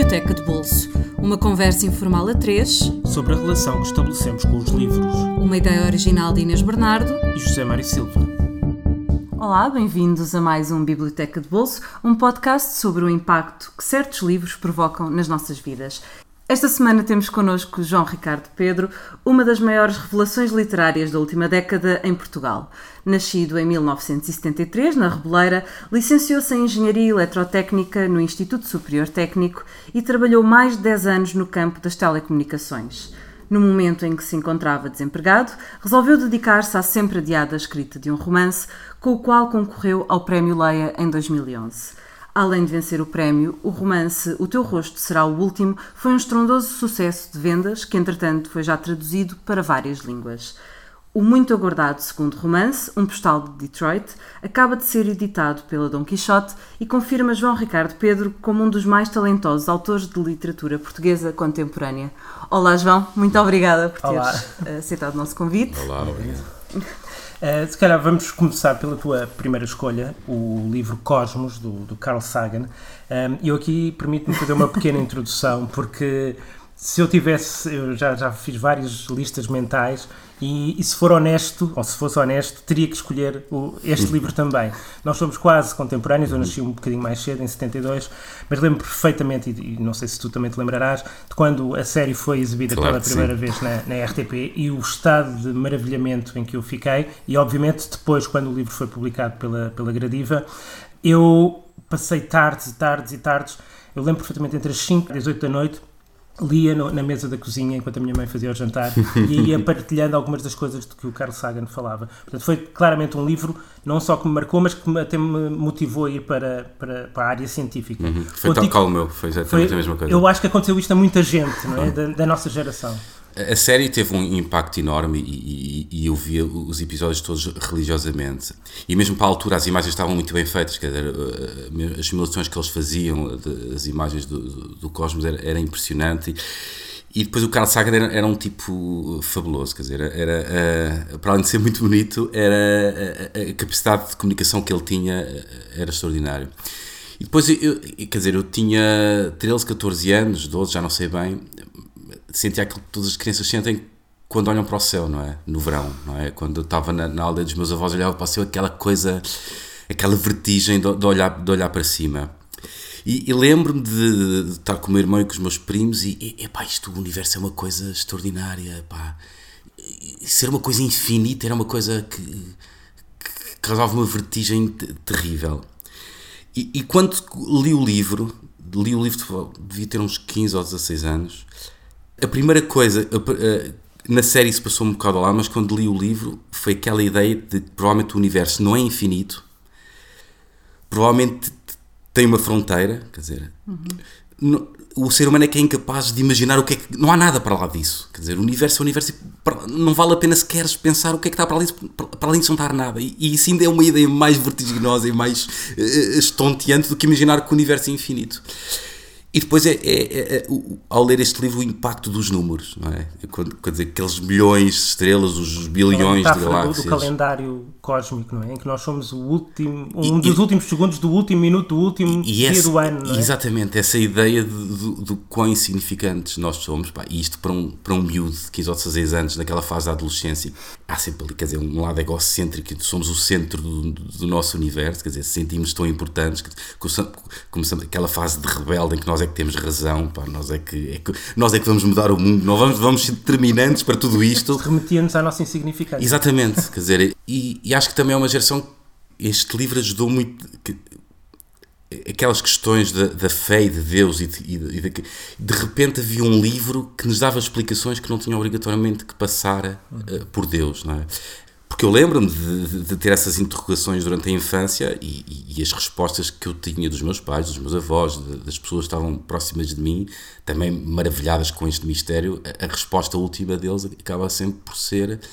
Biblioteca de Bolso. Uma conversa informal a três sobre a relação que estabelecemos com os livros. Uma ideia original de Inês Bernardo E José Mário Silva. Olá, bem-vindos a mais um Biblioteca de Bolso, um podcast sobre o impacto que certos livros provocam nas nossas vidas. Esta semana temos connosco João Ricardo Pedro, uma das maiores revelações literárias da última década em Portugal. Nascido em 1973, na Reboleira, licenciou-se em Engenharia Eletrotécnica no Instituto Superior Técnico e trabalhou mais de 10 anos no campo das telecomunicações. No momento em que se encontrava desempregado, resolveu dedicar-se à sempre adiada escrita de um romance, com o qual concorreu ao Prémio Leia em 2011. Além de vencer o prémio, o romance O Teu Rosto Será o Último foi um estrondoso sucesso de vendas que, entretanto, foi já traduzido para várias línguas. O muito aguardado segundo romance, Um Postal de Detroit, acaba de ser editado pela Dom Quixote e confirma João Ricardo Pedro como um dos mais talentosos autores de literatura portuguesa contemporânea. Olá, João, muito obrigada por teres aceitado o nosso convite. Olá, obrigado. Se calhar vamos começar pela tua primeira escolha, o livro Cosmos, do Carl Sagan. Eu aqui permito-me fazer uma pequena introdução, porque se eu já fiz várias listas mentais e se for honesto, ou se fosse honesto, teria que escolher este livro também. Nós somos quase contemporâneos, eu nasci um bocadinho mais cedo, em 72, mas lembro perfeitamente, e não sei se tu também te lembrarás, de quando a série foi exibida pela primeira vez na RTP e o estado de maravilhamento em que eu fiquei, e obviamente depois, quando o livro foi publicado pela Gradiva, eu passei tardes e tardes e tardes, eu lembro perfeitamente entre as 5 e as 8 da noite, lia na mesa da cozinha enquanto a minha mãe fazia o jantar e ia partilhando algumas das coisas de que o Carl Sagan falava. Portanto, foi claramente um livro não só que me marcou, mas que até me motivou a ir para a área científica. Foi tal qual o meu, foi exatamente a mesma coisa. Eu acho que aconteceu isto a muita gente, não é? da nossa geração. A série teve um impacto enorme e eu via os episódios todos religiosamente. E mesmo para a altura as imagens estavam muito bem feitas, quer dizer, as simulações que eles faziam, as imagens do cosmos, era impressionante. E depois o Carl Sagan era um tipo fabuloso, quer dizer, para além de ser muito bonito, a capacidade de comunicação que ele tinha era extraordinário. E depois, eu tinha 13, 14 anos, 12, já não sei bem, sentia aquilo que todas as crianças sentem quando olham para o céu, não é? No verão, não é? Quando eu estava na aldeia dos meus avós, olhava para o céu, aquela coisa, aquela vertigem de olhar para cima. E lembro-me de estar com o meu irmão e com os meus primos e o universo é uma coisa extraordinária, pá. Ser uma coisa infinita era uma coisa que causava uma vertigem terrível. E quando li o livro, devia ter uns 15 ou 16 anos, a primeira coisa, na série se passou um bocado lá, mas quando li o livro foi aquela ideia de que provavelmente o universo não é infinito, provavelmente tem uma fronteira, quer dizer, o ser humano é que é incapaz de imaginar o que é que... Não há nada para lá disso, quer dizer, o universo é o universo e não vale a pena sequer pensar o que é que está para além disso não estar nada. E isso ainda é uma ideia mais vertiginosa e mais estonteante do que imaginar que o universo é infinito. E depois ao ler este livro, o impacto dos números, não é? Quer dizer, aqueles milhões de estrelas, os bilhões de galáxias. Do calendário cósmico, não é? Em que nós somos dos últimos segundos do último minuto do último dia do ano, não é? Exatamente, essa ideia do quão insignificantes nós somos, pá, e isto para um miúdo de 15 ou 16 anos, naquela fase da adolescência, há sempre ali, quer dizer, um lado egocêntrico, somos o centro do nosso universo, quer dizer, sentimos tão importantes, começamos aquela fase de rebelde em que nós é que temos razão, pá, nós é que vamos mudar o mundo, nós vamos ser determinantes para tudo isto. Remetia-nos à nossa insignificância. Exatamente, quer dizer, e acho que também é uma geração, este livro ajudou muito, aquelas questões da fé e de Deus, e de repente havia um livro que nos dava explicações que não tinham obrigatoriamente que passar por Deus, não é? Porque eu lembro-me de ter essas interrogações durante a infância e as respostas que eu tinha dos meus pais, dos meus avós, das pessoas que estavam próximas de mim, também maravilhadas com este mistério. A resposta última deles acaba sempre por ser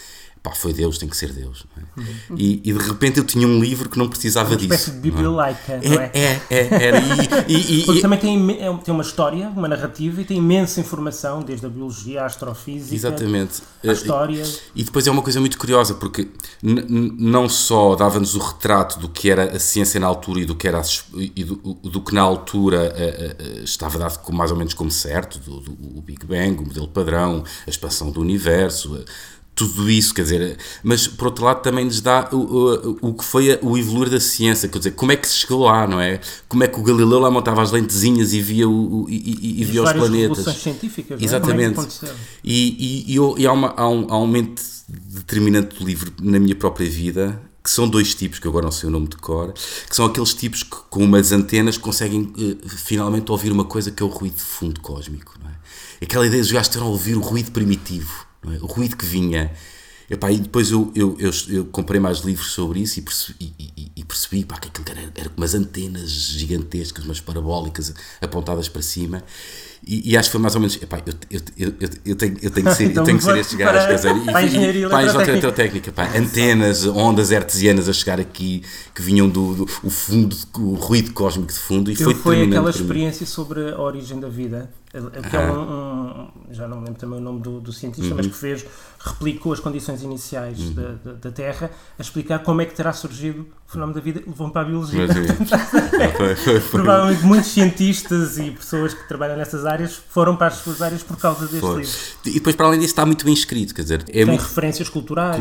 pá, foi Deus, tem que ser Deus. Não é? E de repente eu tinha um livro que não precisava disso. Uma espécie de bibliolaica, não é? Era. Porque também tem uma história, uma narrativa, e tem imensa informação, desde a biologia, a astrofísica, exatamente. A história. E depois é uma coisa muito curiosa, porque não só dava-nos o retrato do que era a ciência na altura e do que, do que na altura estava dado mais ou menos como certo, o Big Bang, o modelo padrão, a expansão do universo, tudo isso, quer dizer, mas por outro lado também nos dá o que foi o evoluir da ciência, quer dizer, como é que se chegou lá, não é? Como é que o Galileu lá montava as lentezinhas e via, via os planetas. Revoluções científicas, exatamente. Não é? E há um momento determinante do livro na minha própria vida, que são dois tipos, que agora não sei o nome de cor, que são aqueles tipos que com umas antenas conseguem finalmente ouvir uma coisa que é o ruído de fundo cósmico, não é? Aquela ideia de os gajos terem a ouvir o ruído primitivo, não é? O ruído que vinha. Epá, e depois eu comprei mais livros sobre isso e percebi pá, que aquilo era com umas antenas gigantescas, umas parabólicas apontadas para cima. E acho que foi mais ou menos, epá, eu tenho que ser, então, tenho que ser estes gajos, quer dizer, para a engenharia eletrotécnica, antenas, ondas hertzianas a chegar aqui, que vinham do fundo, o ruído cósmico de fundo, e foi aquela experiência sobre a origem da vida, que é já não me lembro também o nome do cientista, mas que replicou as condições iniciais da Terra, a explicar como é que terá surgido o fenómeno da vida, levou-me para a biologia. Provavelmente muitos cientistas e pessoas que trabalham nessas áreas foram para as suas áreas por causa deste livro. E depois, para além disso, está muito bem escrito, quer dizer, tem referências culturais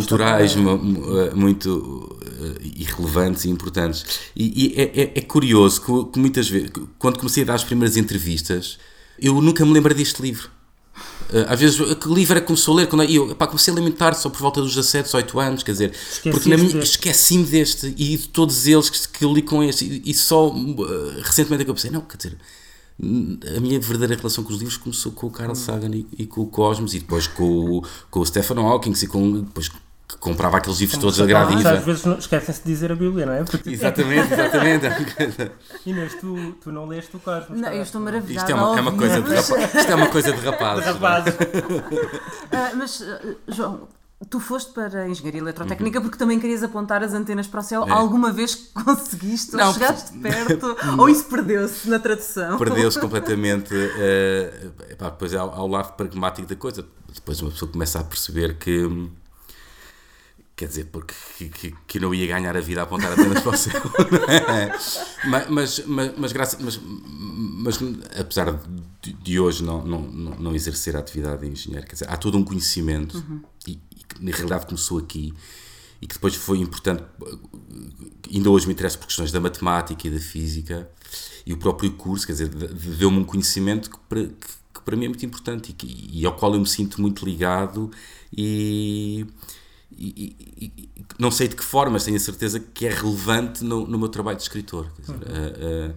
muito irrelevantes e importantes. E é curioso que muitas vezes, quando comecei a dar as primeiras entrevistas, eu nunca me lembrei deste livro. Às vezes, que livro era que começou a ler? Quando eu comecei a alimentar só por volta dos 17, 18 anos, quer dizer, porque esqueci-me deste e de todos eles que eu li com este, e só recentemente é que eu pensei, não, quer dizer, a minha verdadeira relação com os livros começou com o Carl Sagan e com o Cosmos, e depois com o Stephen Hawking, e depois que comprava aqueles livros todos a gradiva. Às vezes esquecem-se de dizer a Bíblia, não é? Porque... Exatamente. Inês, tu não leste o Cosmos. Não, eu estou maravilhada. Isto é uma coisa de rapazes. Mas, João, tu foste para a Engenharia Eletrotécnica porque também querias apontar as antenas para o céu. Alguma vez conseguiste? Ou chegaste perto? Ou isso perdeu-se na tradução? Perdeu-se completamente. Depois há o lado pragmático da coisa. Depois uma pessoa começa a perceber que... Quer dizer, porque que não ia ganhar a vida a apontar apenas para o céu. mas apesar de hoje não exercer a atividade de engenheiro, quer dizer, há todo um conhecimento e que na realidade começou aqui e que depois foi importante, ainda hoje me interessa por questões da matemática e da física, e o próprio curso, quer dizer, deu-me um conhecimento que para mim é muito importante e ao qual eu me sinto muito ligado e não sei de que forma, mas tenho a certeza que é relevante no meu trabalho de escritor. Quer dizer,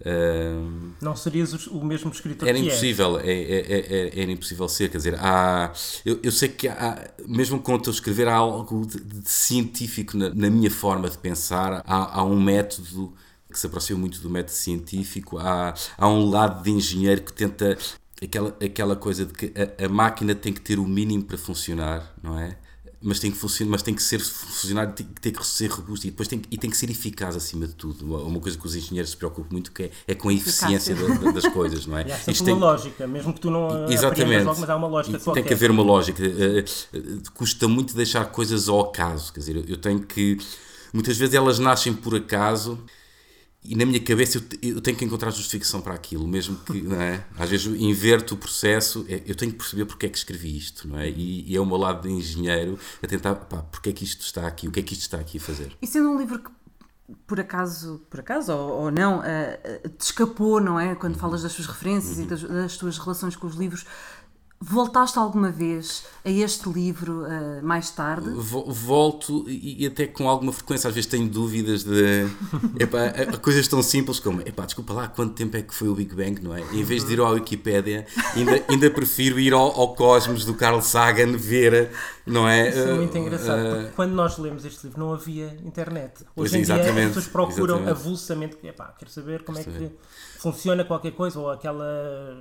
não serias o mesmo escritor era que impossível, era impossível ser, quer dizer, eu sei que mesmo quando eu escrever, há algo de científico na minha forma de pensar, há um método que se aproxima muito do método científico, há um lado de engenheiro que tenta aquela coisa de que a máquina tem que ter o mínimo para funcionar, não é? Mas tem que funcionar, mas tem que ser funcionar, tem que ser robusto e depois tem que ser eficaz acima de tudo. Uma coisa que os engenheiros se preocupam muito é com a eficiência das coisas, não é? E há sempre uma lógica, mesmo que tu não apreendas logo, mas há uma lógica qualquer. Tem que haver uma lógica. Custa muito deixar coisas ao acaso, quer dizer, eu tenho que... Muitas vezes elas nascem por acaso e na minha cabeça eu tenho que encontrar justificação para aquilo, mesmo que, não é? Às vezes inverto o processo, eu tenho que perceber porque é que escrevi isto, não é? E é o meu lado de engenheiro a tentar, porque é que isto está aqui, o que é que isto está aqui a fazer? E sendo um livro que por acaso ou não, te escapou, não é? Quando falas das tuas referências e das tuas relações com os livros, voltaste alguma vez a este livro mais tarde? Volto e até com alguma frequência. Às vezes tenho dúvidas de... coisas tão simples como... desculpa lá, quanto tempo é que foi o Big Bang, não é? E em vez de ir à Wikipédia, ainda prefiro ir ao Cosmos do Carl Sagan ver, não é? Isso é muito engraçado, porque quando nós lemos este livro não havia internet. Hoje em dia as pessoas procuram avulsamente... quero saber como é que funciona qualquer coisa, ou aquela...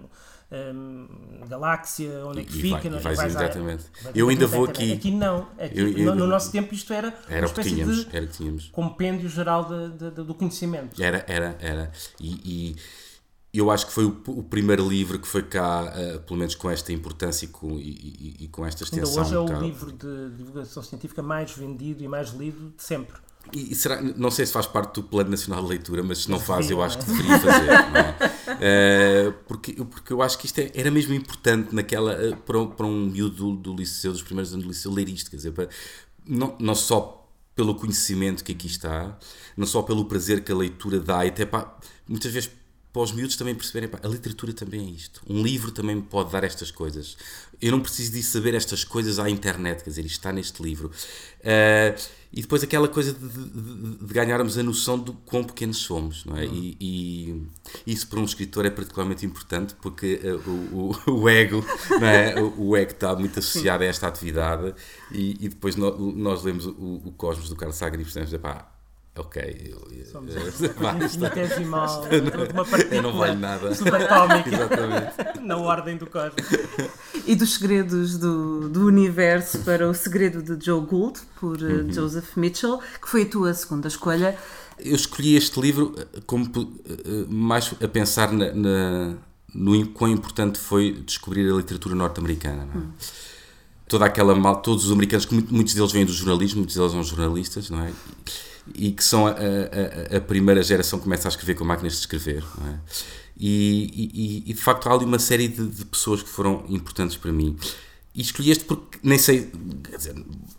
galáxia, onde é que fica. Exatamente. Eu ainda vou aqui. Aqui não. No nosso tempo isto era uma espécie era que tínhamos. Compêndio geral do conhecimento. Era. E eu acho que foi o primeiro livro que foi cá, pelo menos com esta importância e com esta extensão. Ainda hoje é o livro de divulgação científica mais vendido e mais lido de sempre. E será, não sei se faz parte do Plano Nacional de Leitura, mas se não faz, eu acho que deveria fazer. Não é? Porque eu acho que isto era mesmo importante para um miúdo do liceu, dos primeiros anos do liceu, ler isto. Quer dizer, não só pelo conhecimento que aqui está, não só pelo prazer que a leitura dá, e até muitas vezes para os miúdos também perceberem, a literatura também é isto. Um livro também me pode dar estas coisas. Eu não preciso de saber estas coisas à internet, quer dizer, isto está neste livro. E depois aquela coisa de ganharmos a noção do quão pequenos somos, não é? E isso para um escritor é particularmente importante, porque o ego, não é? O ego está muito associado a esta atividade, e depois nós lemos o Cosmos do Carl Sagan e percebemos, ok, infinitesimal, uma partícula, eu não valho nada subatómica. Exatamente. Na ordem do cosmos. E dos segredos do universo para O Segredo de Joe Gould, por Joseph Mitchell, que foi a tua segunda escolha. Eu escolhi este livro como mais a pensar no quão importante foi descobrir a literatura norte-americana. Não é? Todos os americanos, muitos deles vêm do jornalismo, muitos deles são jornalistas, não é? E que são a primeira geração que começa a escrever com máquinas de escrever, não é? E de facto há ali uma série de pessoas que foram importantes para mim, e escolhi este porque nem sei, quer dizer,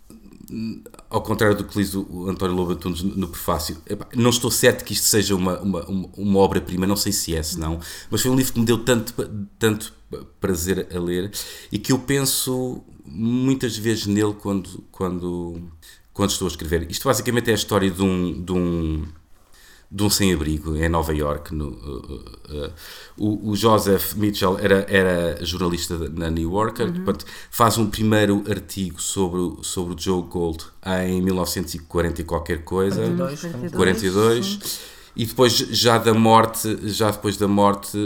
ao contrário do que diz o António Lobo Antunes no prefácio, não estou certo que isto seja uma obra-prima, não sei se é, se não, mas foi um livro que me deu tanto prazer a ler, e que eu penso muitas vezes nele quando estou a escrever. Isto basicamente é a história de um sem-abrigo em Nova Iorque. O Joseph Mitchell era jornalista na New Yorker, portanto, faz um primeiro artigo sobre o Joe Gould em 1940 e qualquer coisa, 42. E depois, já depois da morte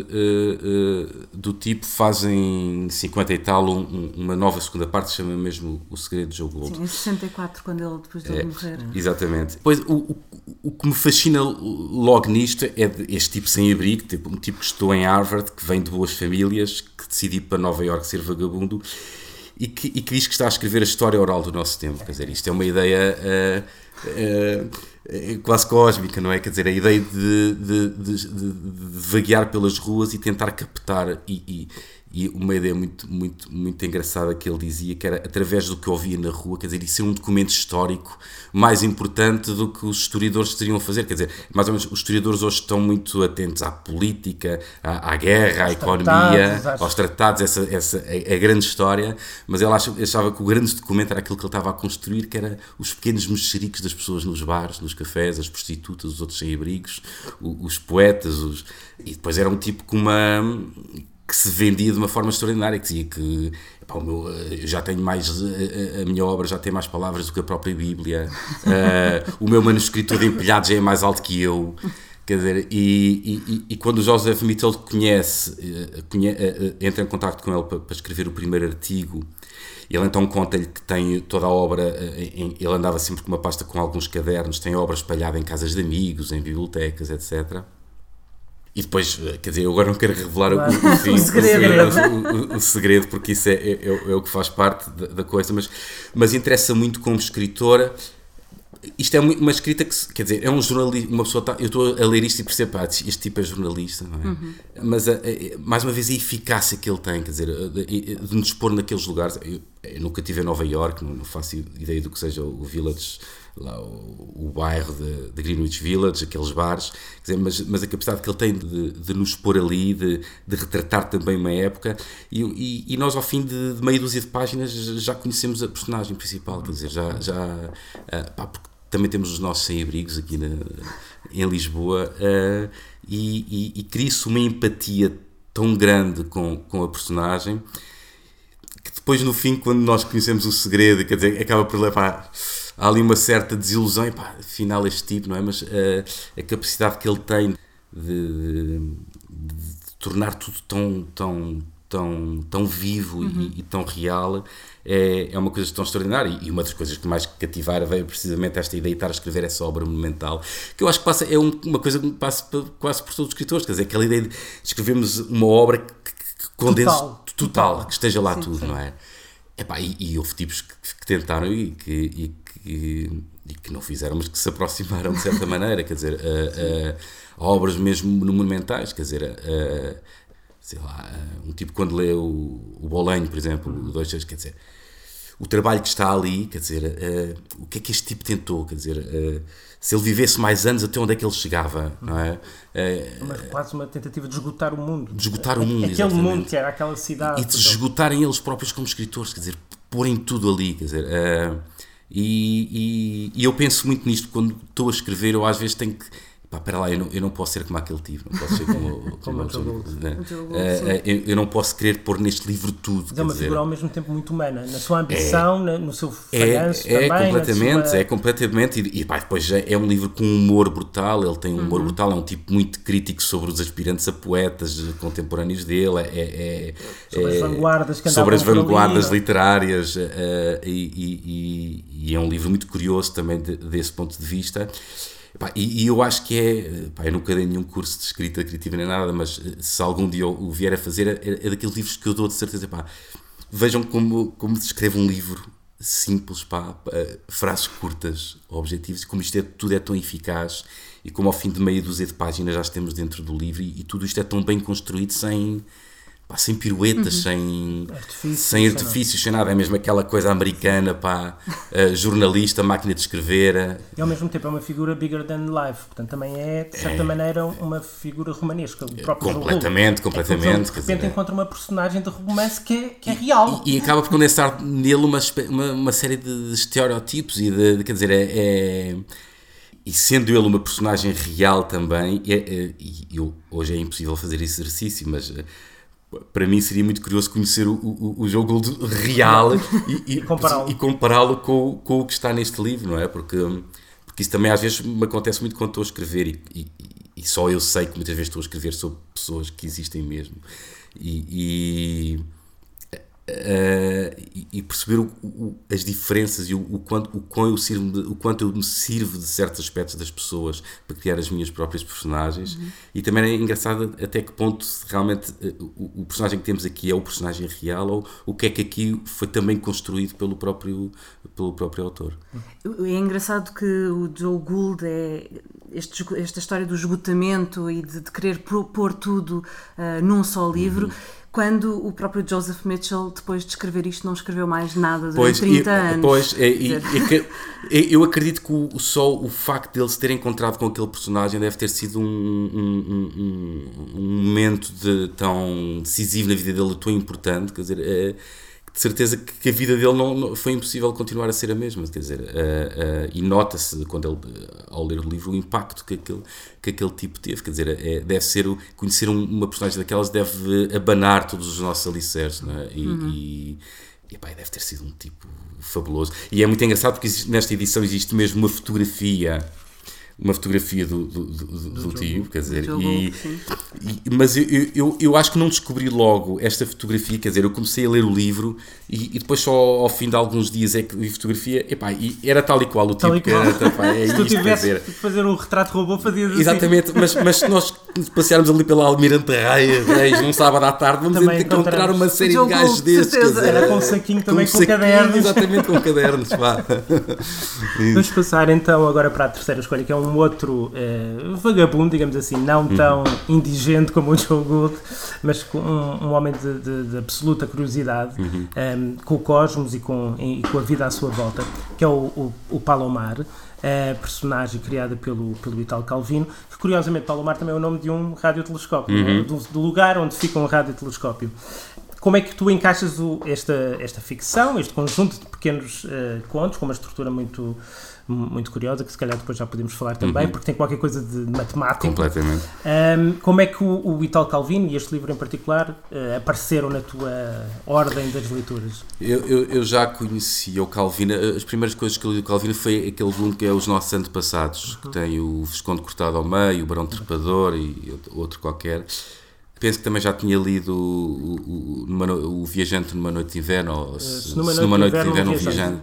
do tipo, fazem 50 e tal uma nova segunda parte, que se chama mesmo O Segredo de Joe Gould. Sim, em 64, quando ele, depois de morrer. Exatamente. Depois, o que me fascina logo nisto é este tipo sem abrigo, um tipo que estudou em Harvard, que vem de boas famílias, que decide ir para Nova Iorque ser vagabundo, e que diz que está a escrever a história oral do nosso tempo. Quer dizer, isto é uma ideia quase cósmica, não é? Quer dizer, a ideia de vaguear pelas ruas e tentar captar, e uma ideia muito engraçada que ele dizia, que era através do que ouvia na rua, quer dizer, isso é um documento histórico mais importante do que os historiadores teriam fazer. Quer dizer, mais ou menos, os historiadores hoje estão muito atentos à política, à guerra, à economia, aos tratados, a grande história, mas ele achava que o grande documento era aquilo que ele estava a construir, que era os pequenos mexericos das pessoas nos bares, nos cafés, as prostitutas, os outros sem-abrigos, os poetas, e depois era um tipo que se vendia de uma forma extraordinária, que dizia que eu já tenho a minha obra já tem mais palavras do que a própria Bíblia, o meu manuscrito de empilhados já é mais alto que eu. Quer dizer, e quando o Joseph Mitchell entra em contacto com ele para escrever o primeiro artigo, ele então conta-lhe que tem toda a obra, ele andava sempre com uma pasta com alguns cadernos, tem obra espalhada em casas de amigos, em bibliotecas, etc. E depois, quer dizer, eu agora não quero revelar o fim, o segredo, porque isso é o que faz parte da coisa, mas interessa muito como escritora. Isto é uma escrita que, quer dizer, é um jornalista, uma pessoa eu estou a ler isto e percebo, este tipo é jornalista, não é? Mas, mais uma vez, a eficácia que ele tem, quer dizer, de nos pôr naqueles lugares. Eu nunca estive em Nova Iorque, não faço ideia do que seja o Village, lá, o bairro de Greenwich Village, aqueles bares, quer dizer, mas a capacidade que ele tem de nos pôr ali, de retratar também uma época, e nós, ao fim de meia dúzia de páginas, já conhecemos a personagem principal, quer dizer, porque também temos os nossos sem-abrigos aqui em Lisboa, e cria-se uma empatia tão grande com a personagem, que depois, no fim, quando nós conhecemos o segredo, quer dizer, acaba por levar... Há ali uma certa desilusão, e afinal este tipo, não é? Mas a capacidade que ele tem de tornar tudo tão vivo e tão real é uma coisa tão extraordinária. E uma das coisas que mais cativaram veio precisamente esta ideia de estar a escrever essa obra monumental, que eu acho que é uma coisa que passa quase por todos os escritores, quer dizer, aquela ideia de escrevermos uma obra que condense total, que esteja lá tudo, não é? E houve tipos que tentaram e que não fizeram, mas que se aproximaram de certa maneira, quer dizer, a obras mesmo monumentais, quer dizer, sei lá, um tipo quando lê o Bolenho, por exemplo, o 2.6, quer dizer, o trabalho que está ali, quer dizer, o que é que este tipo tentou, quer dizer, se ele vivesse mais anos, até onde é que ele chegava, não é? Quase uma tentativa de esgotar o mundo. De esgotar o mundo, aquele exatamente. mundo que era aquela cidade. E de se esgotarem eles próprios como escritores, quer dizer, porem tudo ali, quer dizer, e eu penso muito nisto quando estou a escrever, eu às vezes tenho que, espera lá, eu não posso ser como aquele tipo, não posso ser como eu não posso querer pôr neste livro tudo. É uma figura ao mesmo tempo muito humana, na sua ambição, no seu falhanço também. Completamente, e depois é um livro com um humor brutal, ele tem um humor brutal, é um tipo muito crítico sobre os aspirantes a poetas contemporâneos dele, sobre as vanguardas literárias, e é um livro muito curioso também desse ponto de vista. E eu acho que eu nunca dei nenhum curso de escrita criativa nem nada, mas se algum dia eu o vier a fazer, é daqueles livros que eu dou de certeza, vejam como se escreve um livro simples, frases curtas, objetivos, e como tudo é tão eficaz, e como ao fim de meia dúzia de páginas já estamos dentro do livro, e tudo isto é tão bem construído, sem piruetas, sem artifícios, sem nada. É mesmo aquela coisa americana, jornalista, máquina de escrever. E ao mesmo tempo é uma figura bigger than life, portanto também é, de certa maneira, uma figura romanesca. Completamente. De repente encontra uma personagem de romance que é real. E acaba por condensar nele uma série de estereótipos, quer dizer, e sendo ele uma personagem real também, hoje é impossível fazer esse exercício, mas para mim seria muito curioso conhecer o Joe Gould real e compará-lo com o que está neste livro, não é? Porque isso também às vezes me acontece muito quando estou a escrever e só eu sei que muitas vezes estou a escrever sobre pessoas que existem mesmo e perceber as diferenças e o quanto eu me sirvo de certos aspectos das pessoas para criar as minhas próprias personagens. E também é engraçado até que ponto realmente o personagem que temos aqui é o personagem real ou o que é que aqui foi também construído pelo próprio autor. É engraçado que o Joe Gould esta história do esgotamento e de querer pôr tudo num só livro, quando o próprio Joseph Mitchell, depois de escrever isto, não escreveu mais nada durante 30 anos. Eu acredito que só o facto de ele se ter encontrado com aquele personagem deve ter sido um momento tão decisivo na vida dele, tão importante, quer dizer, de certeza que a vida dele não foi impossível continuar a ser a mesma, quer dizer, e nota-se quando ele, ao ler o livro, o impacto que aquele tipo teve, quer dizer, deve ser, conhecer uma personagem daquelas deve abanar todos os nossos alicerces, não é? E deve ter sido um tipo fabuloso, e é muito engraçado porque nesta edição existe mesmo uma fotografia do tio, quer dizer, mas eu acho que não descobri logo esta fotografia, quer dizer, eu comecei a ler o livro e depois só ao fim de alguns dias é que vi fotografia, e era tal e qual o tipo que era, se tu tivesse que fazer um retrato robô, fazias assim. Exatamente, mas se nós passearmos ali pela Almirante Reis num sábado à tarde, vamos encontrar uma série de gajos destes. Era com um saquinho também, com cadernos. Exatamente, com cadernos. Vamos passar então agora para a terceira escolha, que é um outro vagabundo, digamos assim, não tão indigente como o Joe Gould, mas com um homem de absoluta curiosidade, com o cosmos e com a vida à sua volta, que é o Palomar, personagem criada pelo Italo Calvino, que curiosamente Palomar também é o nome de um radiotelescópio, do lugar onde fica um radiotelescópio. Como é que tu encaixas esta ficção, este conjunto de pequenos contos, com uma estrutura muito curiosa, que se calhar depois já podemos falar também, porque tem qualquer coisa de matemática. Completamente. Como é que o Italo Calvino, e este livro em particular, apareceram na tua ordem das leituras? Eu já conhecia o Calvino. As primeiras coisas que eu li do Calvino foi aquele volume que é Os Nossos Antepassados, que tem o Visconde Cortado ao Meio, o Barão Trepador e outro qualquer. penso que também já tinha lido o Viajante numa Noite de Inverno, ou se numa Noite de Inverno um Viajante.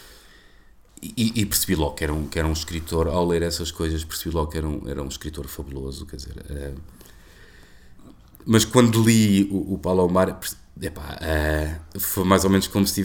E percebi logo que era um escritor, ao ler essas coisas, percebi logo que era um escritor fabuloso, quer dizer... mas quando li o Palomar, foi mais ou menos como se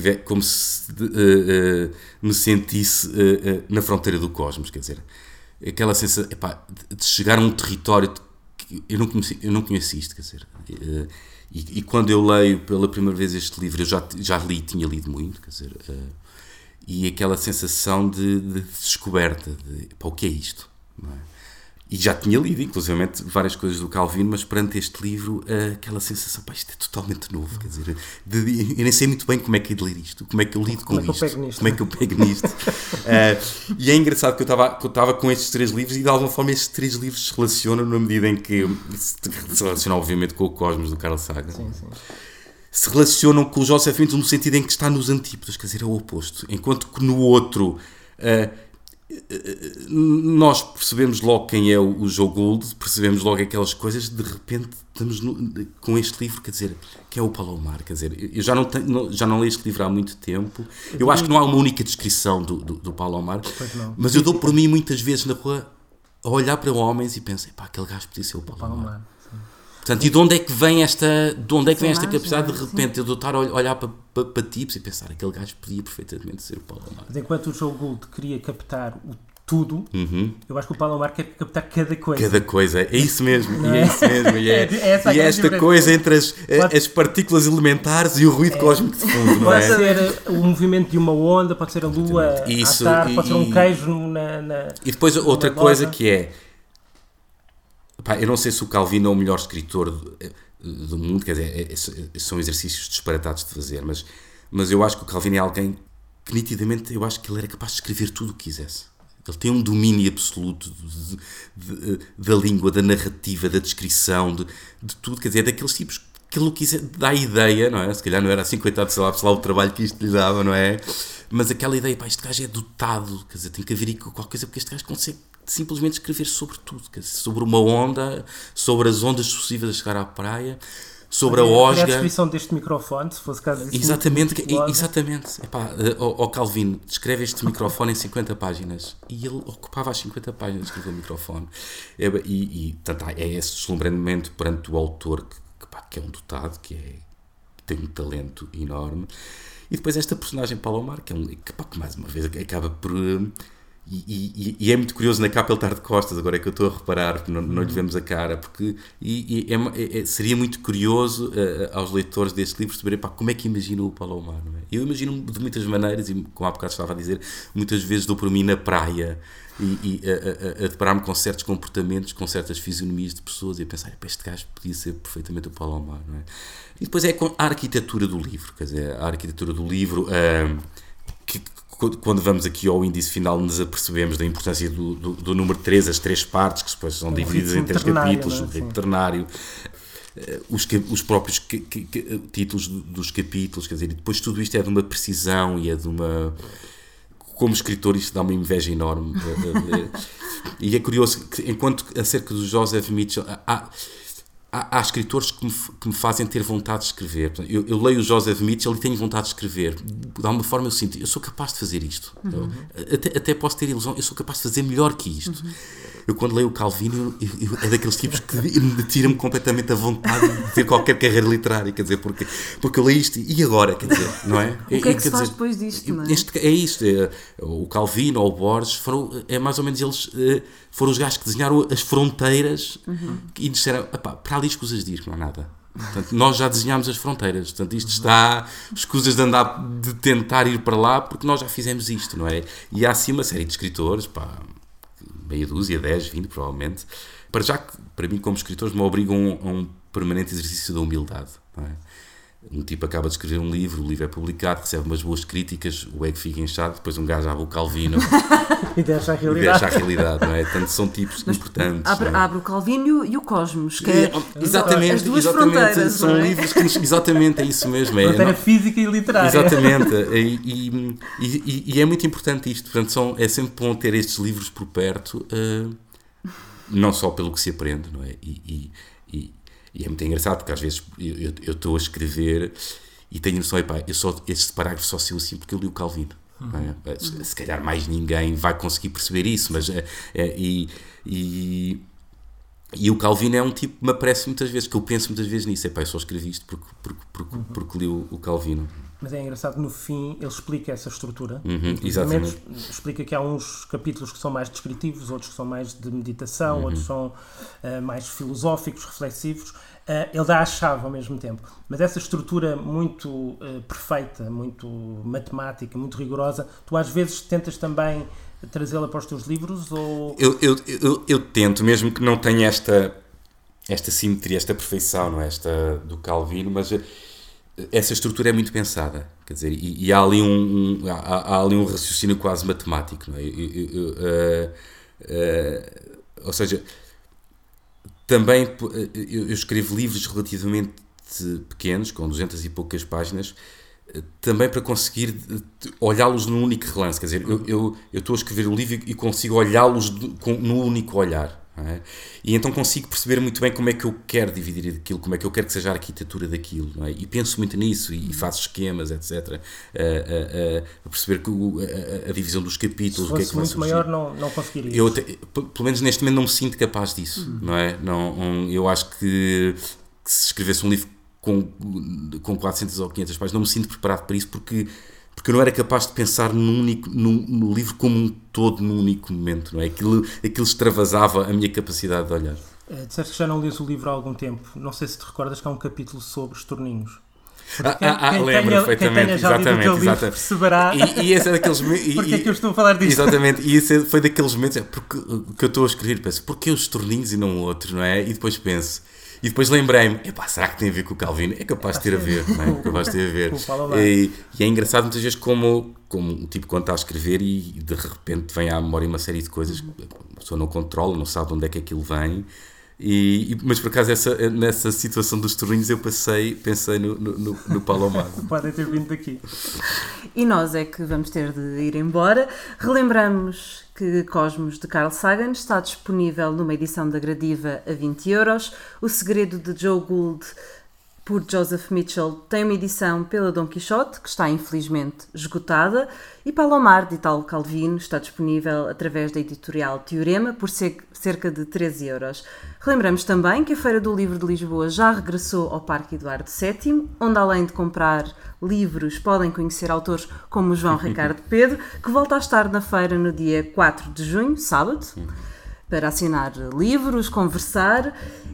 me sentisse na fronteira do cosmos, quer dizer, aquela sensação de chegar a um território que eu não conhecia isto, quer dizer, e quando eu leio pela primeira vez este livro, eu já tinha lido muito, quer dizer, e aquela sensação de descoberta, o que é isto, não é? E já tinha lido, inclusivamente, várias coisas do Calvino, mas perante este livro, aquela sensação, isto é totalmente novo, quer dizer, eu nem sei muito bem como é que é de ler isto, como é que eu lido com isto, como é que eu pego nisto. E é engraçado que eu estava com estes 3 livros e, de alguma forma, estes 3 livros se relacionam na medida em que se relacionam, obviamente, com o Cosmos do Carl Sagan. Sim. Se relacionam com o Joseph Mitchell no sentido em que está nos antípodas, quer dizer, é o oposto. Enquanto que no outro... nós percebemos logo quem é o Joe Gould, percebemos logo aquelas coisas, de repente estamos com este livro, quer dizer, que é o Palomar, quer dizer, eu já não li este livro há muito tempo, eu acho que não há uma única descrição do Palomar, mas eu dou por mim muitas vezes na rua a olhar para homens e penso, aquele gajo podia ser o Palomar. Portanto, e de onde é que vem esta capacidade de repente eu estar a olhar para tipos e pensar, aquele gajo podia perfeitamente ser o Palomar. Mas enquanto o Joe Gould queria captar tudo, eu acho que o Palomar quer captar cada coisa. Cada coisa, é isso mesmo. E é isso mesmo. E é esta coisa entre as partículas elementares e o ruído cósmico de fundo, não é? Pode ser o movimento de uma onda, pode ser a lua a atar, pode ser um queijo na... E depois outra coisa que é... eu não sei se o Calvino é o melhor escritor do mundo, quer dizer, são exercícios disparatados de fazer, mas eu acho que o Calvino é alguém que nitidamente eu acho que ele era capaz de escrever tudo o que quisesse. Ele tem um domínio absoluto da língua, da narrativa, da descrição, de tudo, quer dizer, é daqueles tipos que ele não quiser, dá a ideia, não é? Se calhar não era assim, coitado, sei lá o trabalho que isto lhe dava, não é? Mas aquela ideia, este gajo é dotado, quer dizer, tem que haver aí qualquer coisa, porque este gajo consegue simplesmente escrever sobre tudo, quer dizer, sobre uma onda, sobre as ondas sucessivas a chegar à praia, sobre a osga. A descrição deste microfone, se fosse caso disso. Exatamente. O Calvino descreve este microfone em 50 páginas e ele ocupava as 50 páginas de escrever o microfone. Portanto, é esse deslumbramento perante o autor que é um dotado, que tem um talento enorme. E depois esta personagem Palomar, que mais uma vez acaba por... E é muito curioso na capa ele estar de costas, agora é que eu estou a reparar, porque não lhe vemos a cara, porque seria muito curioso aos leitores deste livro saberem como é que imaginam o Palomar, não é? Eu imagino de muitas maneiras, e como há bocado estava a dizer, muitas vezes dou por mim na praia e a deparar-me com certos comportamentos, com certas fisionomias de pessoas e a pensar, este gajo podia ser perfeitamente o Palomar, não é? E depois é a arquitetura do livro, quer dizer, a arquitetura do livro que quando vamos aqui ao índice final nos apercebemos da importância do número 3, as 3 partes que depois são divididas em 3 capítulos, o ritmo ternário, os próprios títulos dos capítulos, quer dizer, e depois tudo isto é de uma precisão e é de uma... Como escritor isto dá uma inveja enorme. E é curioso que enquanto acerca do Joseph Mitchell há escritores que me fazem ter vontade de escrever. Eu leio o Joseph Mitchell e tenho vontade de escrever. De alguma forma eu sinto, eu sou capaz de fazer isto. Até posso ter ilusão, eu sou capaz de fazer melhor que isto. Eu quando leio o Calvino, é daqueles tipos que me tira-me completamente a vontade de ter qualquer carreira literária, quer dizer, porque eu leio isto e agora, quer dizer, não é? O que é que se faz depois disto, não é? É isto, o Calvino ou o Borges, mais ou menos eles foram os gajos que desenharam as fronteiras e disseram, para ali escusas de ir, que não há nada. Portanto, nós já desenhámos as fronteiras, portanto isto está, escusas de tentar ir para lá porque nós já fizemos isto, não é? E há assim uma série de escritores, meia dúzia, 10, 20 provavelmente, para mim como escritores me obrigam a um permanente exercício da humildade, não é? Um tipo acaba de escrever um livro, o livro é publicado, recebe umas boas críticas, o ego fica inchado, depois um gajo abre o Calvino e deixa a realidade, não é? Portanto, são tipos importantes. Abre o Calvino e o Cosmos, que é as duas fronteiras. São livros que exatamente, é isso mesmo. Fronteira física e literária. Exatamente. E é muito importante isto. Portanto, é sempre bom ter estes livros por perto, não só pelo que se aprende, não é? E é muito engraçado, porque às vezes eu estou a escrever e tenho noção, este parágrafo só saiu assim porque eu li o Calvino. Se calhar mais ninguém vai conseguir perceber isso, mas e o Calvino é um tipo que me aparece muitas vezes, que eu penso muitas vezes nisso. Eu só escrevi isto porque li o Calvino. Mas é engraçado, no fim ele explica essa estrutura. Exatamente. Explica que há uns capítulos que são mais descritivos, outros que são mais de meditação, outros são mais filosóficos, reflexivos. Ele dá a chave ao mesmo tempo. Mas essa estrutura muito perfeita, muito matemática, muito rigorosa, tu às vezes tentas também trazê-la para os teus livros? Ou... Eu tento, mesmo que não tenha esta simetria, esta perfeição, não é? Esta do Calvino, mas essa estrutura é muito pensada, quer dizer, e há ali um raciocínio quase matemático, não é? Ou seja, também eu escrevo livros relativamente pequenos, com 200 e poucas páginas, também para conseguir olhá-los num único relance, quer dizer, eu estou a escrever o livro e consigo olhá-los num único olhar. É? E então consigo perceber muito bem como é que eu quero dividir aquilo, como é que eu quero que seja a arquitetura daquilo, não é? E penso muito nisso e faço esquemas, etc. A perceber a divisão dos capítulos. Se fosse o que é que muito maior não conseguiria. Pelo menos neste momento não me sinto capaz disso, não é? Eu acho que se escrevesse um livro com 400 ou 500 páginas não me sinto preparado para isso porque eu não era capaz de pensar no livro como um todo, num único momento, não é? Aquilo extravasava a minha capacidade de olhar. Disseste que já não lês o livro há algum tempo. Não sei se te recordas que há um capítulo sobre os torninhos. Lembro perfeitamente. Exatamente. Perceberá e esse é daqueles porque é que eu estou a falar disso. Exatamente, e esse foi daqueles momentos porque que eu estou a escrever, penso, porquê os torninhos e não o outro, não é? E depois penso, e depois lembrei-me, será que tem a ver com o Calvino? É capaz de ter a ver, não é? Capaz de ter a ver. E é engraçado muitas vezes como o tipo quando está a escrever e de repente vem à memória uma série de coisas que a pessoa não controla, não sabe de onde é que aquilo vem. Mas por acaso nessa situação dos torninhos eu pensei no Palomar. Podem ter vindo daqui. E nós é que vamos ter de ir embora. Relembramos que Cosmos de Carl Sagan está disponível numa edição da Gradiva a 20€. O Segredo de Joe Gould, por Joseph Mitchell, tem uma edição pela Dom Quixote, que está infelizmente esgotada, e Palomar, de Italo Calvino, está disponível através da editorial Teorema, por cerca de 13€. Relembramos também que a Feira do Livro de Lisboa já regressou ao Parque Eduardo VII, onde além de comprar livros, podem conhecer autores como o João Ricardo Pedro, que volta a estar na feira no dia 4 de junho, sábado, para assinar livros, conversar,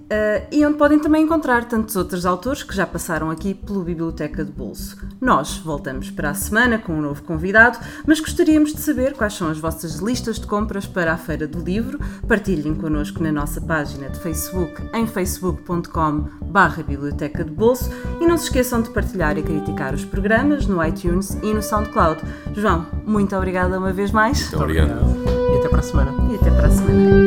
e onde podem também encontrar tantos outros autores que já passaram aqui pela Biblioteca de Bolso. Nós voltamos para a semana com um novo convidado, mas gostaríamos de saber quais são as vossas listas de compras para a Feira do Livro. Partilhem connosco na nossa página de Facebook, em facebook.com/Biblioteca de Bolso, e não se esqueçam de partilhar e criticar os programas no iTunes e no SoundCloud. João, muito obrigada uma vez mais. Muito obrigado. E até para a semana. E até para a semana.